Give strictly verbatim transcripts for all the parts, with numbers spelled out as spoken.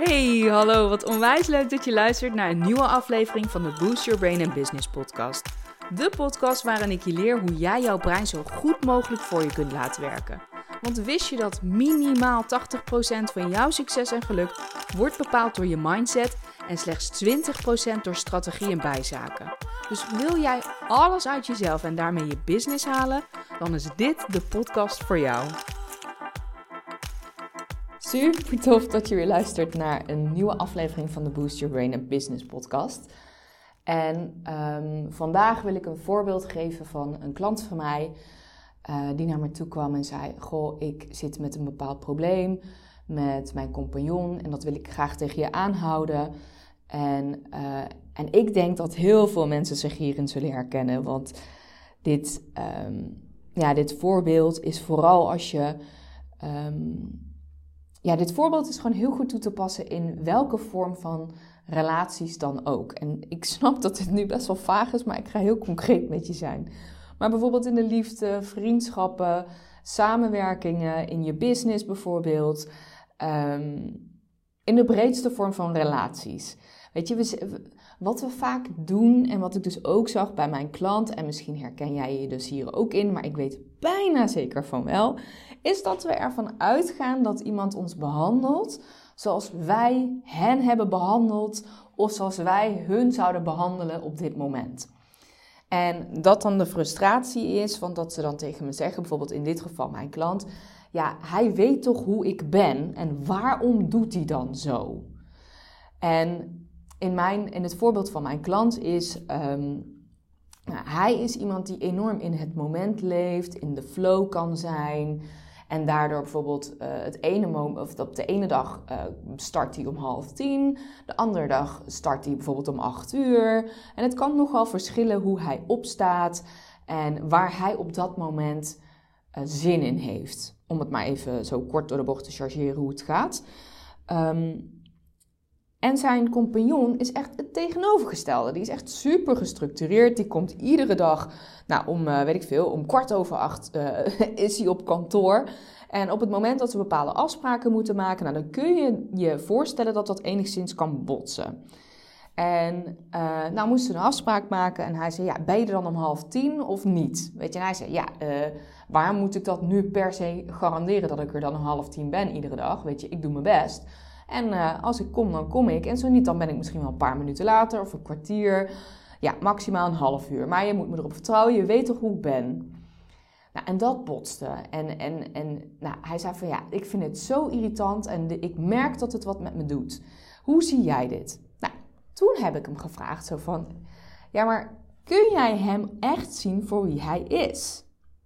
Hey, hallo, wat onwijs leuk dat je luistert naar een nieuwe aflevering van de Boost Your Brain and Business podcast. De podcast waarin ik je leer hoe jij jouw brein zo goed mogelijk voor je kunt laten werken. Want wist je dat minimaal tachtig procent van jouw succes en geluk wordt bepaald door je mindset en slechts twintig procent door strategie en bijzaken? Dus wil jij alles uit jezelf en daarmee je business halen, dan is dit de podcast voor jou. Super tof dat je weer luistert naar een nieuwe aflevering van de Boost Your Brain and Business podcast. En um, vandaag wil ik een voorbeeld geven van een klant van mij uh, die naar me toe kwam en zei: Goh, ik zit met een bepaald probleem met mijn compagnon en dat wil ik graag tegen je aanhouden. En, uh, en ik denk dat heel veel mensen zich hierin zullen herkennen, want dit, um, ja, dit voorbeeld is vooral als je... Um, Ja, dit voorbeeld is gewoon heel goed toe te passen in welke vorm van relaties dan ook. En ik snap dat dit nu best wel vaag is, maar ik ga heel concreet met je zijn. Maar bijvoorbeeld in de liefde, vriendschappen, samenwerkingen, in je business bijvoorbeeld. Um, in de breedste vorm van relaties. Weet je, we, wat we vaak doen en wat ik dus ook zag bij mijn klant, en misschien herken jij je dus hier ook in, maar ik weet bijna zeker van wel, is dat we ervan uitgaan dat iemand ons behandelt zoals wij hen hebben behandeld of zoals wij hun zouden behandelen op dit moment. En dat dan de frustratie is, want dat ze dan tegen me zeggen, bijvoorbeeld in dit geval mijn klant, ja, hij weet toch hoe ik ben en waarom doet hij dan zo? En in, mijn, in het voorbeeld van mijn klant is, um, nou, hij is iemand die enorm in het moment leeft, in de flow kan zijn. En daardoor bijvoorbeeld uh, het ene moment, of op de ene dag uh, start hij om half tien, de andere dag start hij bijvoorbeeld om acht uur. En het kan nogal verschillen hoe hij opstaat en waar hij op dat moment uh, zin in heeft. Om het maar even zo kort door de bocht te chargeren hoe het gaat. Um, En zijn compagnon is echt het tegenovergestelde. Die is echt super gestructureerd. Die komt iedere dag, nou om, uh, weet ik veel, om kwart over acht uh, is hij op kantoor. En op het moment dat ze bepaalde afspraken moeten maken, nou, dan kun je je voorstellen dat dat enigszins kan botsen. En uh, nou moesten ze een afspraak maken en hij zei, ja, ben je er dan om half tien of niet? Weet je, en hij zei, ja, uh, waarom moet ik dat nu per se garanderen dat ik er dan om half tien ben iedere dag? Weet je, ik doe mijn best. En uh, als ik kom, dan kom ik. En zo niet, dan ben ik misschien wel een paar minuten later of een kwartier. Ja, maximaal een half uur. Maar je moet me erop vertrouwen, je weet toch hoe ik ben? Nou, en dat botste. En, en, en nou, hij zei van ja, ik vind het zo irritant en de, ik merk dat het wat met me doet. Hoe zie jij dit? Nou, toen heb ik hem gevraagd zo van, ja, maar kun jij hem echt zien voor wie hij is?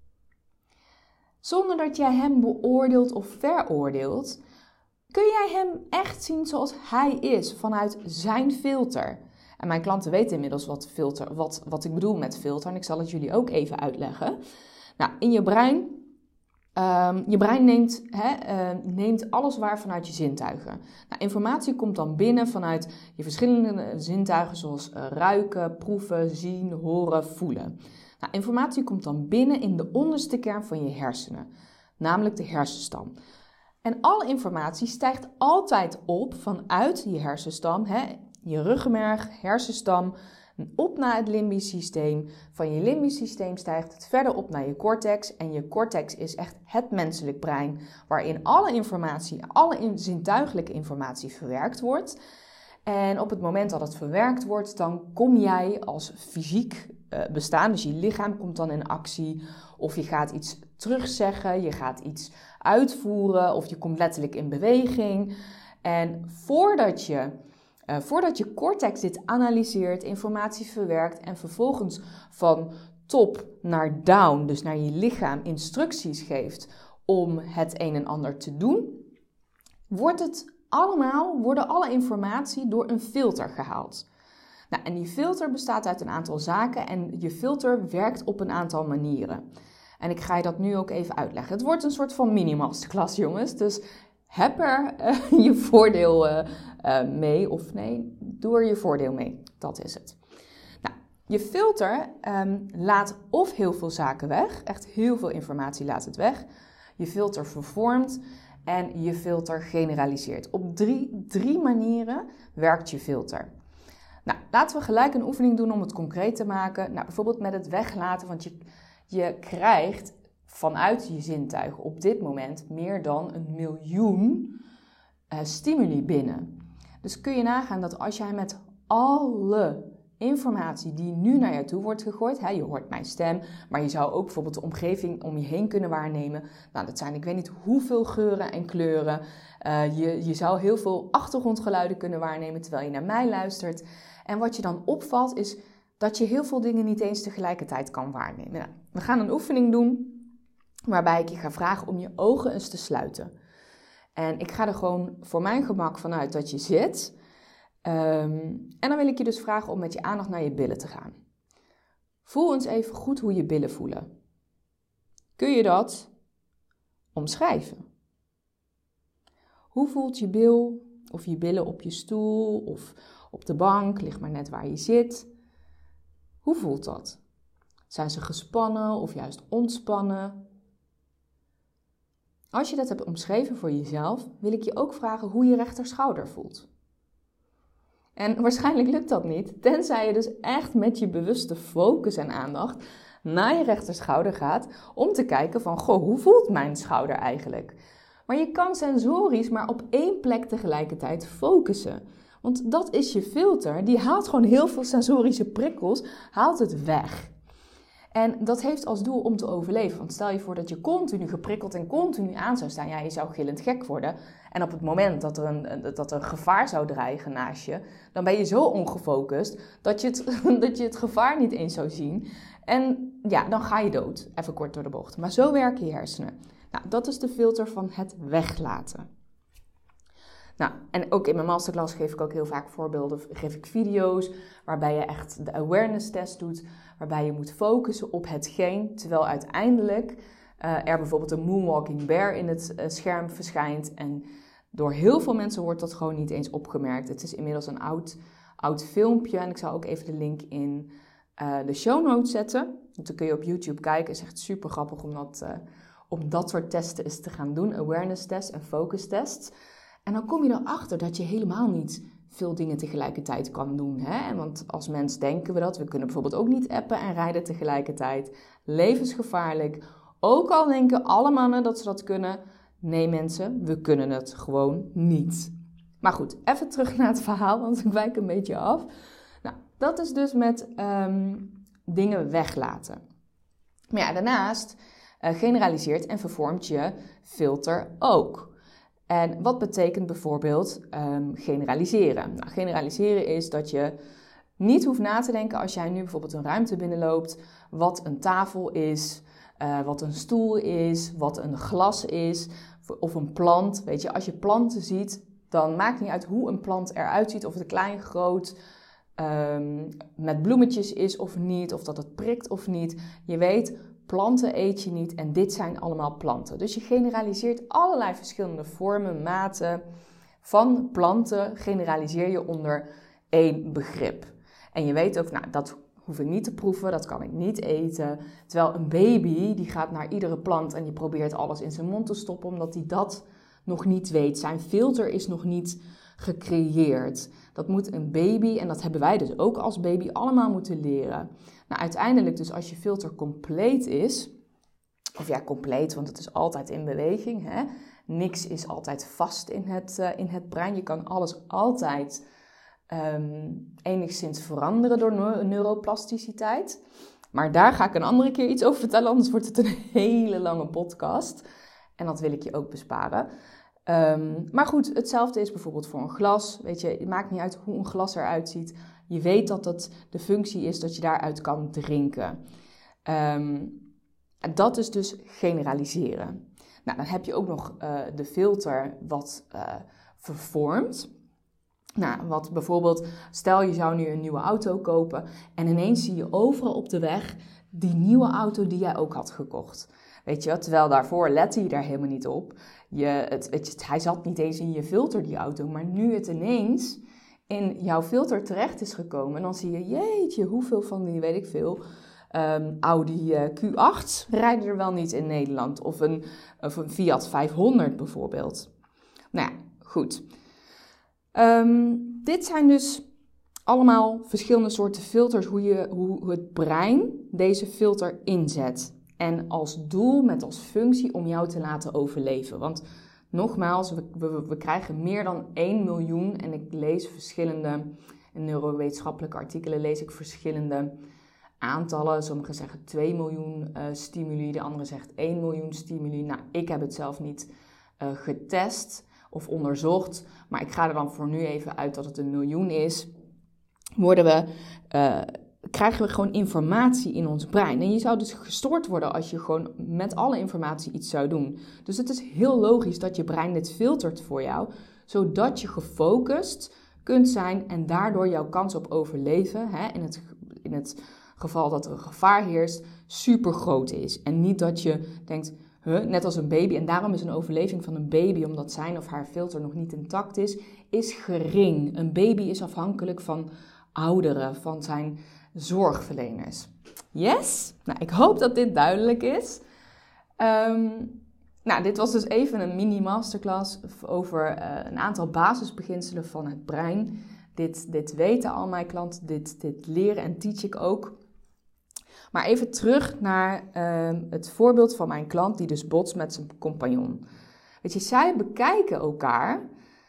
Zonder dat jij hem beoordeelt of veroordeelt, kun jij hem echt zien zoals hij is, vanuit zijn filter? En mijn klanten weten inmiddels wat, filter, wat, wat ik bedoel met filter. En ik zal het jullie ook even uitleggen. Nou, in je brein, um, je brein neemt, hè, uh, neemt alles waar vanuit je zintuigen. Nou, informatie komt dan binnen vanuit je verschillende zintuigen, zoals uh, ruiken, proeven, zien, horen, voelen. Nou, informatie komt dan binnen in de onderste kern van je hersenen, namelijk de hersenstam. En alle informatie stijgt altijd op vanuit je hersenstam, hè, je ruggenmerg, hersenstam, op naar het limbisch systeem. Van je limbisch systeem stijgt het verder op naar je cortex. En je cortex is echt het menselijk brein, waarin alle informatie, alle in, zintuigelijke informatie verwerkt wordt. En op het moment dat het verwerkt wordt, dan kom jij als fysiek uh, bestaan, dus je lichaam komt dan in actie, of je gaat iets terugzeggen, je gaat iets uitvoeren, of je komt letterlijk in beweging. En voordat je, uh, voordat je cortex dit analyseert, informatie verwerkt en vervolgens van top naar down, dus naar je lichaam, instructies geeft om het een en ander te doen, wordt het allemaal, worden alle informatie door een filter gehaald. Nou, en die filter bestaat uit een aantal zaken en je filter werkt op een aantal manieren. En ik ga je dat nu ook even uitleggen. Het wordt een soort van mini-masterclass, jongens. Dus heb er uh, je voordeel uh, uh, mee, of nee, doe er je voordeel mee. Dat is het. Nou, je filter um, laat of heel veel zaken weg, echt heel veel informatie laat het weg. Je filter vervormt en je filter generaliseert. Op drie, drie manieren werkt je filter. Nou, laten we gelijk een oefening doen om het concreet te maken. Nou, bijvoorbeeld met het weglaten, want je, je krijgt vanuit je zintuigen op dit moment meer dan een miljoen uh, stimuli binnen. Dus kun je nagaan dat als jij met alle informatie die nu naar jou toe wordt gegooid, hè, je hoort mijn stem, maar je zou ook bijvoorbeeld de omgeving om je heen kunnen waarnemen. Nou, dat zijn ik weet niet hoeveel geuren en kleuren. Uh, je, je zou heel veel achtergrondgeluiden kunnen waarnemen terwijl je naar mij luistert. En wat je dan opvalt is dat je heel veel dingen niet eens tegelijkertijd kan waarnemen. Nou, we gaan een oefening doen waarbij ik je ga vragen om je ogen eens te sluiten. En ik ga er gewoon voor mijn gemak vanuit dat je zit. Um, en dan wil ik je dus vragen om met je aandacht naar je billen te gaan. Voel eens even goed hoe je billen voelen. Kun je dat omschrijven? Hoe voelt je bil of je billen op je stoel of op de bank, ligt maar net waar je zit? Hoe voelt dat? Zijn ze gespannen of juist ontspannen? Als je dat hebt omschreven voor jezelf, wil ik je ook vragen hoe je rechterschouder voelt. En waarschijnlijk lukt dat niet, tenzij je dus echt met je bewuste focus en aandacht naar je rechterschouder gaat om te kijken van, goh, hoe voelt mijn schouder eigenlijk? Maar je kan sensorisch maar op één plek tegelijkertijd focussen. Want dat is je filter, die haalt gewoon heel veel sensorische prikkels, haalt het weg. En dat heeft als doel om te overleven. Want stel je voor dat je continu geprikkeld en continu aan zou staan. Ja, je zou gillend gek worden. En op het moment dat er een, dat er gevaar zou dreigen naast je, dan ben je zo ongefocust dat je, het, dat je het gevaar niet eens zou zien. En ja, dan ga je dood. Even kort door de bocht. Maar zo werken je hersenen. Nou, dat is de filter van het weglaten. Nou, en ook in mijn masterclass geef ik ook heel vaak voorbeelden, geef ik video's waarbij je echt de awareness test doet, waarbij je moet focussen op hetgeen, terwijl uiteindelijk uh, er bijvoorbeeld een moonwalking bear in het uh, scherm verschijnt en door heel veel mensen wordt dat gewoon niet eens opgemerkt. Het is inmiddels een oud, oud filmpje en ik zal ook even de link in uh, de show notes zetten. Dan kun je op YouTube kijken, het is echt super grappig om dat, uh, om dat soort testen eens te gaan doen, awareness test en focus tests. En dan kom je erachter dat je helemaal niet veel dingen tegelijkertijd kan doen. Hè? Want als mens denken we dat. We kunnen bijvoorbeeld ook niet appen en rijden tegelijkertijd. Levensgevaarlijk. Ook al denken alle mannen dat ze dat kunnen. Nee mensen, we kunnen het gewoon niet. Maar goed, even terug naar het verhaal, want ik wijk een beetje af. Nou, dat is dus met um, dingen weglaten. Maar ja, daarnaast uh, generaliseert en vervormt je filter ook. En wat betekent bijvoorbeeld um, generaliseren? Nou, generaliseren is dat je niet hoeft na te denken als jij nu bijvoorbeeld een ruimte binnenloopt, wat een tafel is, uh, wat een stoel is, wat een glas is of een plant. Weet je, als je planten ziet, dan maakt het niet uit hoe een plant eruit ziet, of het klein, groot, um, met bloemetjes is of niet, of dat het prikt of niet. Je weet, planten eet je niet en dit zijn allemaal planten. Dus je generaliseert allerlei verschillende vormen, maten van planten, generaliseer je onder één begrip. En je weet ook, nou, dat hoef ik niet te proeven, dat kan ik niet eten. Terwijl een baby, die gaat naar iedere plant en die probeert alles in zijn mond te stoppen, omdat hij dat nog niet weet. Zijn filter is nog niet gecreëerd. Dat moet een baby, en dat hebben wij dus ook als baby, allemaal moeten leren. Nou, uiteindelijk dus als je filter compleet is, of ja, compleet, want het is altijd in beweging, hè? Niks is altijd vast in het, uh, in het brein. Je kan alles altijd um, enigszins veranderen door neuro- neuroplasticiteit. Maar daar ga ik een andere keer iets over vertellen, anders wordt het een hele lange podcast. En dat wil ik je ook besparen. Um, maar goed, hetzelfde is bijvoorbeeld voor een glas. Weet je, het maakt niet uit hoe een glas eruit ziet. Je weet dat het de functie is dat je daaruit kan drinken. Um, dat is dus generaliseren. Nou, dan heb je ook nog uh, de filter wat uh, vervormt. Nou, wat bijvoorbeeld, stel je zou nu een nieuwe auto kopen en ineens zie je overal op de weg die nieuwe auto die jij ook had gekocht. Weet je, terwijl daarvoor lette je daar helemaal niet op. Je, het, weet je, hij zat niet eens in je filter, die auto, maar nu het ineens in jouw filter terecht is gekomen, dan zie je, jeetje, hoeveel van die, weet ik veel, um, Audi uh, Q acht rijden er wel niet in Nederland. Of een, of een Fiat vijfhonderd bijvoorbeeld. Nou ja, goed. Um, dit zijn dus allemaal verschillende soorten filters, hoe, je, hoe het brein deze filter inzet. En als doel, met als functie om jou te laten overleven. Want nogmaals, we, we, we krijgen meer dan één miljoen, en ik lees verschillende, in neurowetenschappelijke artikelen lees ik verschillende aantallen. Sommigen zeggen twee miljoen uh, stimuli, de andere zegt één miljoen stimuli. Nou, ik heb het zelf niet uh, getest of onderzocht, maar ik ga er dan voor nu even uit dat het een miljoen is. Worden we, uh, krijgen we gewoon informatie in ons brein. En je zou dus gestoord worden als je gewoon met alle informatie iets zou doen. Dus het is heel logisch dat je brein dit filtert voor jou, zodat je gefocust kunt zijn en daardoor jouw kans op overleven, hè, in het, in het geval dat er een gevaar heerst, super groot is. En niet dat je denkt, huh, net als een baby, en daarom is een overleving van een baby, omdat zijn of haar filter nog niet intact is, is gering. Een baby is afhankelijk van ouderen, van zijn zorgverleners. Yes? Nou, ik hoop dat dit duidelijk is. Um, nou, dit was dus even een mini-masterclass over uh, een aantal basisbeginselen van het brein. Dit, dit weten al mijn klanten, dit, dit leren en teach ik ook. Maar even terug naar uh, het voorbeeld van mijn klant die dus botst met zijn compagnon. Weet je, zij bekijken elkaar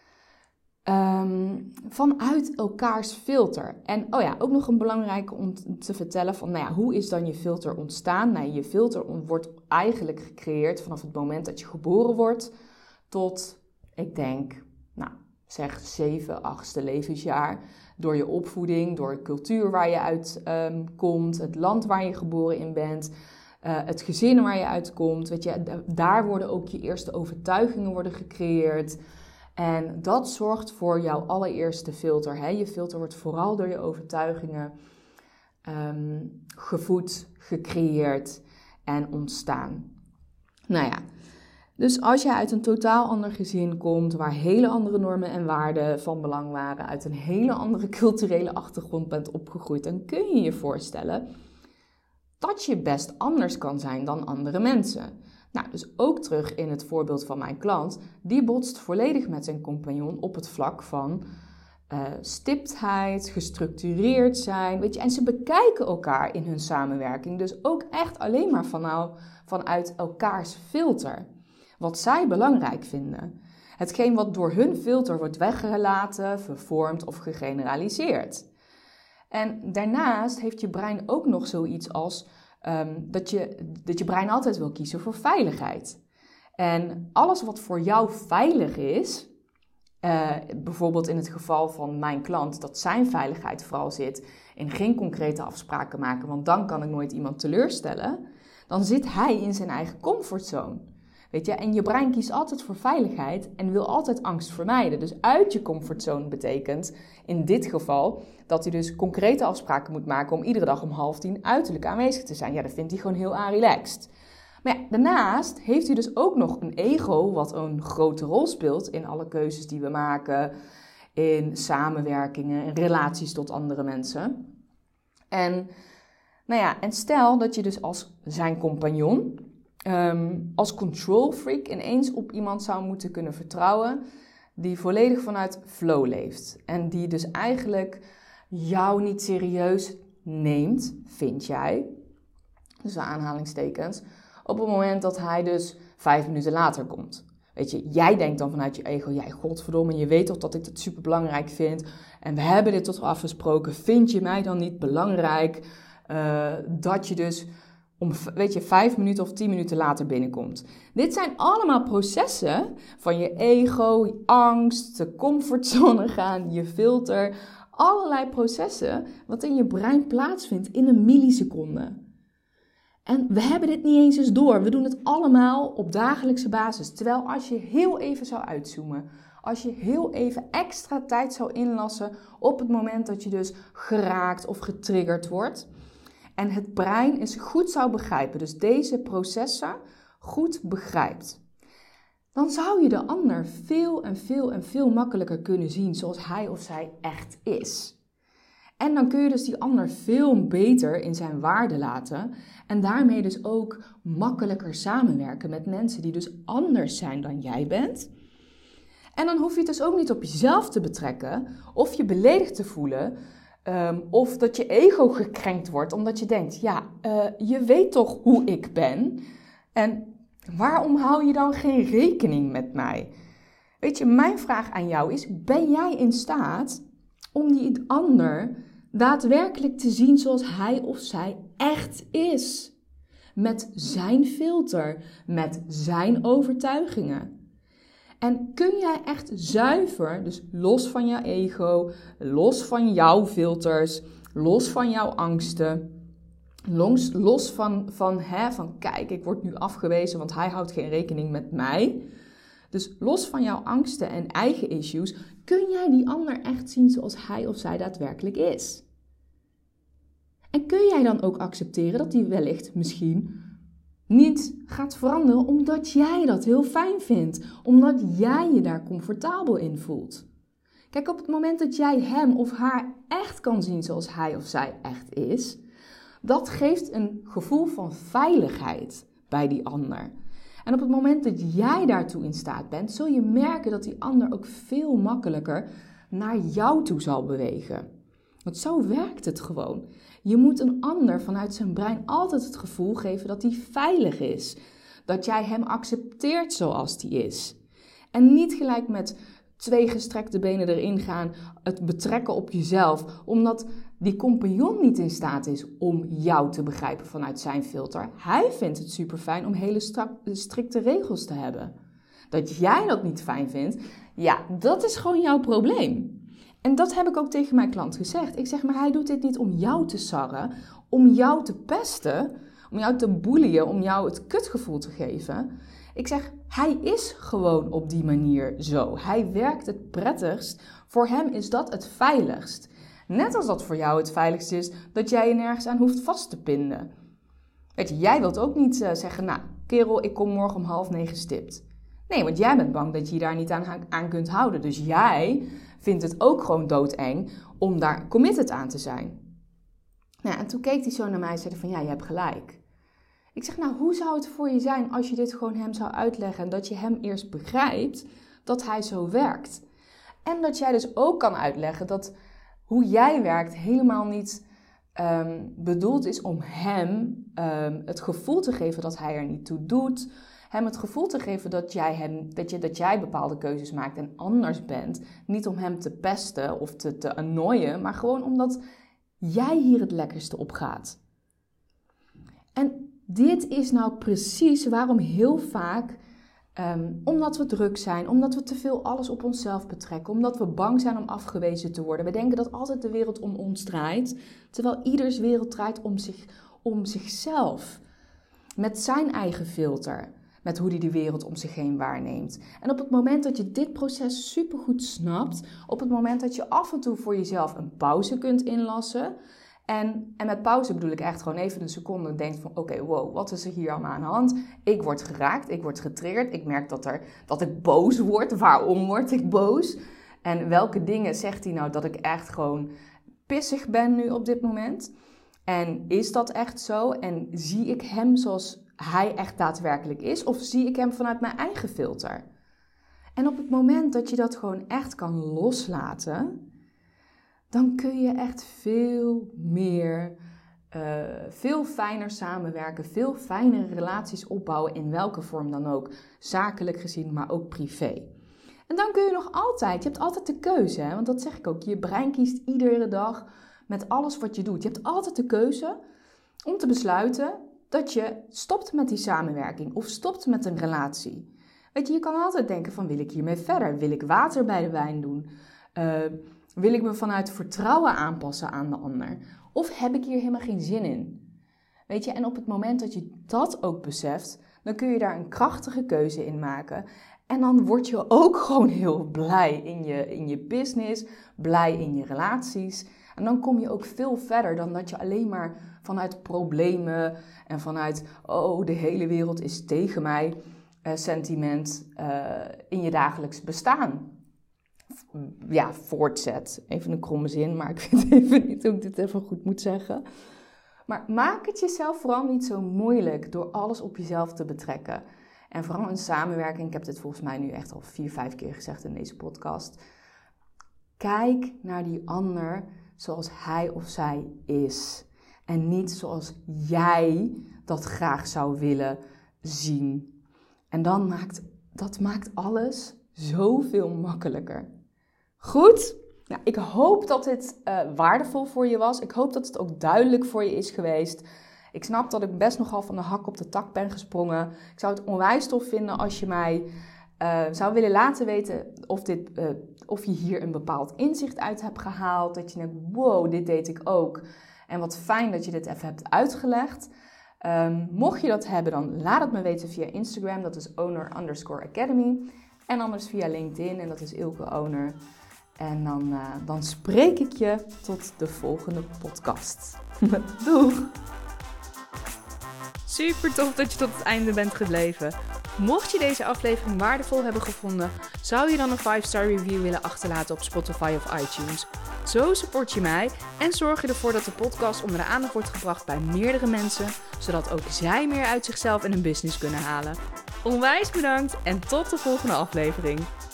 Um, vanuit elkaars filter. En oh ja, ook nog een belangrijke om te vertellen van, nou ja, hoe is dan je filter ontstaan? Nou, je filter wordt eigenlijk gecreëerd vanaf het moment dat je geboren wordt tot, ik denk, nou, zeg zeven, achtste levensjaar. Door je opvoeding, door de cultuur waar je uit um, komt, het land waar je geboren in bent, uh, het gezin waar je uitkomt. Weet je, daar worden ook je eerste overtuigingen worden gecreëerd. En dat zorgt voor jouw allereerste filter. Hè? Je filter wordt vooral door je overtuigingen um, gevoed, gecreëerd en ontstaan. Nou ja, dus als je uit een totaal ander gezin komt, waar hele andere normen en waarden van belang waren, uit een hele andere culturele achtergrond bent opgegroeid, dan kun je je voorstellen dat je best anders kan zijn dan andere mensen. Nou, dus ook terug in het voorbeeld van mijn klant, die botst volledig met zijn compagnon op het vlak van uh, stiptheid, gestructureerd zijn, weet je. En ze bekijken elkaar in hun samenwerking dus ook echt alleen maar van, nou, vanuit elkaars filter. Wat zij belangrijk vinden. Hetgeen wat door hun filter wordt weggelaten, vervormd of gegeneraliseerd. En daarnaast heeft je brein ook nog zoiets als Um, dat, je, dat je brein altijd wil kiezen voor veiligheid. En alles wat voor jou veilig is, uh, bijvoorbeeld in het geval van mijn klant, dat zijn veiligheid vooral zit in geen concrete afspraken maken, want dan kan ik nooit iemand teleurstellen, dan zit hij in zijn eigen comfortzone. Weet je? En je brein kiest altijd voor veiligheid en wil altijd angst vermijden. Dus uit je comfortzone betekent in dit geval dat hij dus concrete afspraken moet maken om iedere dag om half tien uiterlijk aanwezig te zijn. Ja, dat vindt hij gewoon heel relaxed. Maar ja, daarnaast heeft hij dus ook nog een ego wat een grote rol speelt in alle keuzes die we maken, in samenwerkingen, in relaties tot andere mensen. En, nou ja, en stel dat je dus als zijn compagnon, Um, als control freak ineens op iemand zou moeten kunnen vertrouwen die volledig vanuit flow leeft. En die dus eigenlijk jou niet serieus neemt, vind jij, dus aanhalingstekens, op het moment dat hij dus vijf minuten later komt. Weet je, jij denkt dan vanuit je ego, jij godverdomme, je weet toch dat ik het super belangrijk vind en we hebben dit toch afgesproken, vind je mij dan niet belangrijk uh, dat je dus om, weet je, vijf minuten of tien minuten later binnenkomt. Dit zijn allemaal processen van je ego, je angst, de comfortzone gaan, je filter. Allerlei processen wat in je brein plaatsvindt in een milliseconde. En we hebben dit niet eens eens door. We doen het allemaal op dagelijkse basis. Terwijl als je heel even zou uitzoomen, als je heel even extra tijd zou inlassen op het moment dat je dus geraakt of getriggerd wordt, en het brein eens goed zou begrijpen, dus deze processen goed begrijpt, dan zou je de ander veel en veel en veel makkelijker kunnen zien zoals hij of zij echt is. En dan kun je dus die ander veel beter in zijn waarde laten. En daarmee dus ook makkelijker samenwerken met mensen die dus anders zijn dan jij bent. En dan hoef je het dus ook niet op jezelf te betrekken of je beledigd te voelen. Um, of dat je ego gekrenkt wordt omdat je denkt, ja, uh, je weet toch hoe ik ben. En waarom hou je dan geen rekening met mij? Weet je, mijn vraag aan jou is, ben jij in staat om die ander daadwerkelijk te zien zoals hij of zij echt is? Met zijn filter, met zijn overtuigingen. En kun jij echt zuiver, dus los van jouw ego, los van jouw filters, los van jouw angsten, los, los van, van, hè, van kijk, ik word nu afgewezen, want hij houdt geen rekening met mij. Dus los van jouw angsten en eigen issues, kun jij die ander echt zien zoals hij of zij daadwerkelijk is. En kun jij dan ook accepteren dat die wellicht misschien niet gaat veranderen omdat jij dat heel fijn vindt. Omdat jij je daar comfortabel in voelt. Kijk, op het moment dat jij hem of haar echt kan zien zoals hij of zij echt is, dat geeft een gevoel van veiligheid bij die ander. En op het moment dat jij daartoe in staat bent, zul je merken dat die ander ook veel makkelijker naar jou toe zal bewegen. Want zo werkt het gewoon. Je moet een ander vanuit zijn brein altijd het gevoel geven dat hij veilig is. Dat jij hem accepteert zoals hij is. En niet gelijk met twee gestrekte benen erin gaan, het betrekken op jezelf. Omdat die compagnon niet in staat is om jou te begrijpen vanuit zijn filter. Hij vindt het super fijn om hele strak, strikte regels te hebben. Dat jij dat niet fijn vindt, ja, dat is gewoon jouw probleem. En dat heb ik ook tegen mijn klant gezegd. Ik zeg, maar hij doet dit niet om jou te sarren, om jou te pesten, om jou te boelien, om jou het kutgevoel te geven. Ik zeg, hij is gewoon op die manier zo. Hij werkt het prettigst. Voor hem is dat het veiligst. Net als dat voor jou het veiligst is dat jij je nergens aan hoeft vast te pinnen. Weet je, jij wilt ook niet uh, zeggen, nou, kerel, ik kom morgen om half negen stipt. Nee, want jij bent bang dat je je daar niet aan, aan kunt houden. Dus jij vindt het ook gewoon doodeng om daar committed aan te zijn. Nou, en toen keek hij zo naar mij en zei van, ja, je hebt gelijk. Ik zeg, nou, hoe zou het voor je zijn als je dit gewoon hem zou uitleggen en dat je hem eerst begrijpt dat hij zo werkt? En dat jij dus ook kan uitleggen dat hoe jij werkt helemaal niet um, bedoeld is om hem um, het gevoel te geven dat hij er niet toe doet. Hem het gevoel te geven dat jij, hem, dat, je, dat jij bepaalde keuzes maakt en anders bent. Niet om hem te pesten of te, te annoyen, maar gewoon omdat jij hier het lekkerste op gaat. En dit is nou precies waarom heel vaak, um, omdat we druk zijn, omdat we te veel alles op onszelf betrekken, omdat we bang zijn om afgewezen te worden. We denken dat altijd de wereld om ons draait, terwijl ieders wereld draait om, zich, om zichzelf. Met zijn eigen filter, met hoe hij de wereld om zich heen waarneemt. En op het moment dat je dit proces supergoed snapt, op het moment dat je af en toe voor jezelf een pauze kunt inlassen. En, en met pauze bedoel ik echt gewoon even een seconde en denkt van oké, okay, wow, wat is er hier allemaal aan de hand? Ik word geraakt, ik word getriggerd, ik merk dat, er, dat ik boos word. Waarom word ik boos? En welke dingen zegt hij nou dat ik echt gewoon pissig ben nu op dit moment? En is dat echt zo? En zie ik hem zoals hij echt daadwerkelijk is? Of zie ik hem vanuit mijn eigen filter? En op het moment dat je dat gewoon echt kan loslaten, dan kun je echt veel meer, uh, veel fijner samenwerken, veel fijnere relaties opbouwen in welke vorm dan ook. Zakelijk gezien, maar ook privé. En dan kun je nog altijd, je hebt altijd de keuze, hè? Want dat zeg ik ook, je brein kiest iedere dag met alles wat je doet. Je hebt altijd de keuze om te besluiten dat je stopt met die samenwerking of stopt met een relatie. Weet je, je kan altijd denken van, wil ik hiermee verder? Wil ik water bij de wijn doen? Uh, wil ik me vanuit vertrouwen aanpassen aan de ander? Of heb ik hier helemaal geen zin in? Weet je, en op het moment dat je dat ook beseft, dan kun je daar een krachtige keuze in maken. En dan word je ook gewoon heel blij in je, in je business, blij in je relaties. En dan kom je ook veel verder dan dat je alleen maar vanuit problemen en vanuit, oh, de hele wereld is tegen mij, uh, sentiment uh, in je dagelijks bestaan. Ja, voortzet. Even een kromme zin, maar ik vind het even weet hoe ik dit even goed moet zeggen. Maar maak het jezelf vooral niet zo moeilijk door alles op jezelf te betrekken. En vooral in samenwerking, ik heb dit volgens mij nu echt al vier, vijf keer gezegd in deze podcast. Kijk naar die ander zoals hij of zij is. En niet zoals jij dat graag zou willen zien. En dan maakt, dat maakt alles zoveel makkelijker. Goed? Nou, ik hoop dat dit uh, waardevol voor je was. Ik hoop dat het ook duidelijk voor je is geweest. Ik snap dat ik best nogal van de hak op de tak ben gesprongen. Ik zou het onwijs tof vinden als je mij uh, zou willen laten weten of, dit, uh, of je hier een bepaald inzicht uit hebt gehaald. Dat je denkt, wow, dit deed ik ook. En wat fijn dat je dit even hebt uitgelegd. Um, mocht je dat hebben, dan laat het me weten via Instagram. Dat is owner underscore academy. En anders via LinkedIn. En dat is Ilke Owner. En dan, uh, dan spreek ik je tot de volgende podcast. Doeg! Super tof dat je tot het einde bent gebleven. Mocht je deze aflevering waardevol hebben gevonden, zou je dan een vijf star review willen achterlaten op Spotify of iTunes. Zo support je mij en zorg je ervoor dat de podcast onder de aandacht wordt gebracht bij meerdere mensen, zodat ook zij meer uit zichzelf en hun business kunnen halen. Onwijs bedankt en tot de volgende aflevering.